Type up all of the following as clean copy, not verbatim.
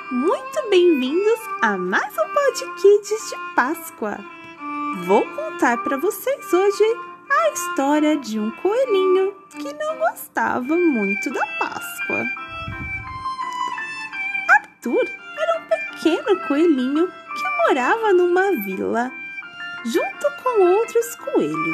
muito bem-vindos a mais um Podkids de Páscoa. Vou contar para vocês hoje a história de um coelhinho que não gostava muito da Páscoa. Arthur era um pequeno coelhinho que morava numa vila, junto com outros coelhos.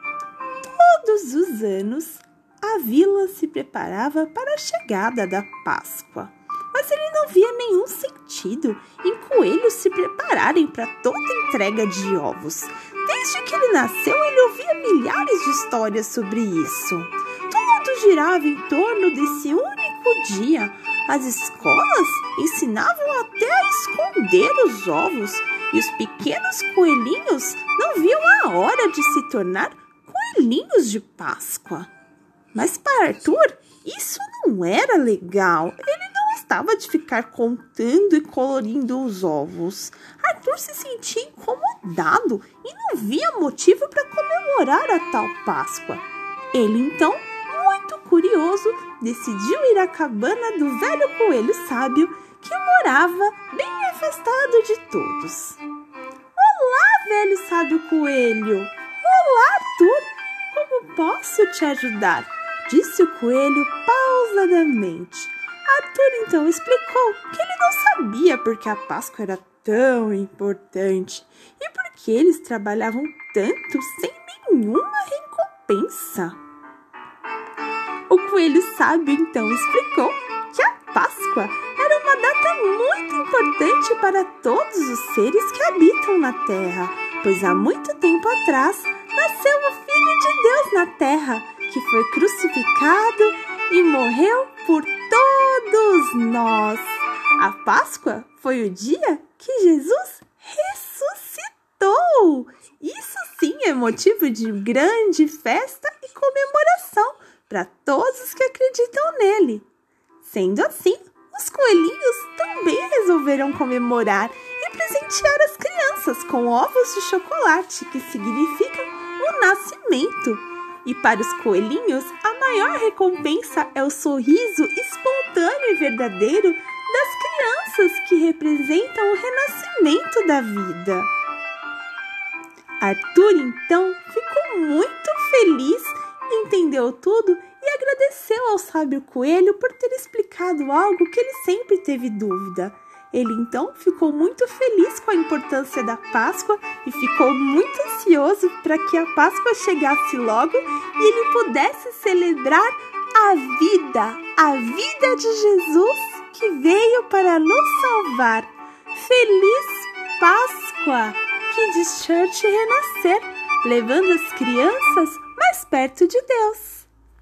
Todos os anos, a vila se preparava para a chegada da Páscoa, mas ele não via nenhum sentido em coelhos se prepararem para toda entrega de ovos. Desde que ele nasceu, ele ouvia milhares de histórias sobre isso. Tudo girava em torno desse único dia. As escolas ensinavam até a esconder os ovos e os pequenos coelhinhos não viam a hora de se tornar coelhinhos de Páscoa. Mas para Arthur, isso não era legal. Ele não gostava de ficar contando e colorindo os ovos. Arthur se sentia incomodado e não via motivo para comemorar a tal Páscoa. Ele então, muito curioso, decidiu ir à cabana do velho coelho sábio que morava bem afastado de todos. Olá, velho sábio coelho! Olá, Arthur! Como posso te ajudar? Disse o coelho pausadamente. Arthur então explicou que ele não sabia porque a Páscoa era tão importante e porque eles trabalhavam tanto sem nenhuma recompensa. O coelho sábio então explicou que a Páscoa era uma data muito importante para todos os seres que habitam na Terra, pois há muito tempo atrás nasceu o Filho de Deus na Terra, que foi crucificado e morreu por todos nós. A Páscoa foi o dia que Jesus ressuscitou. Isso sim é motivo de grande festa e comemoração para todos os que acreditam nele. Sendo assim, os coelhinhos também resolveram comemorar e presentear as crianças com ovos de chocolate, que significam o nascimento. E para os coelhinhos, a maior recompensa é o sorriso espontâneo e verdadeiro das crianças, que representam o renascimento da vida. Arthur, então, ficou muito feliz, entendeu tudo e agradeceu ao sábio coelho por ter explicado algo que ele sempre teve dúvida. Ele então ficou muito feliz com a importância da Páscoa e ficou muito ansioso para que a Páscoa chegasse logo e ele pudesse celebrar a vida de Jesus que veio para nos salvar. Feliz Páscoa! Kids Church renascer, levando as crianças mais perto de Deus.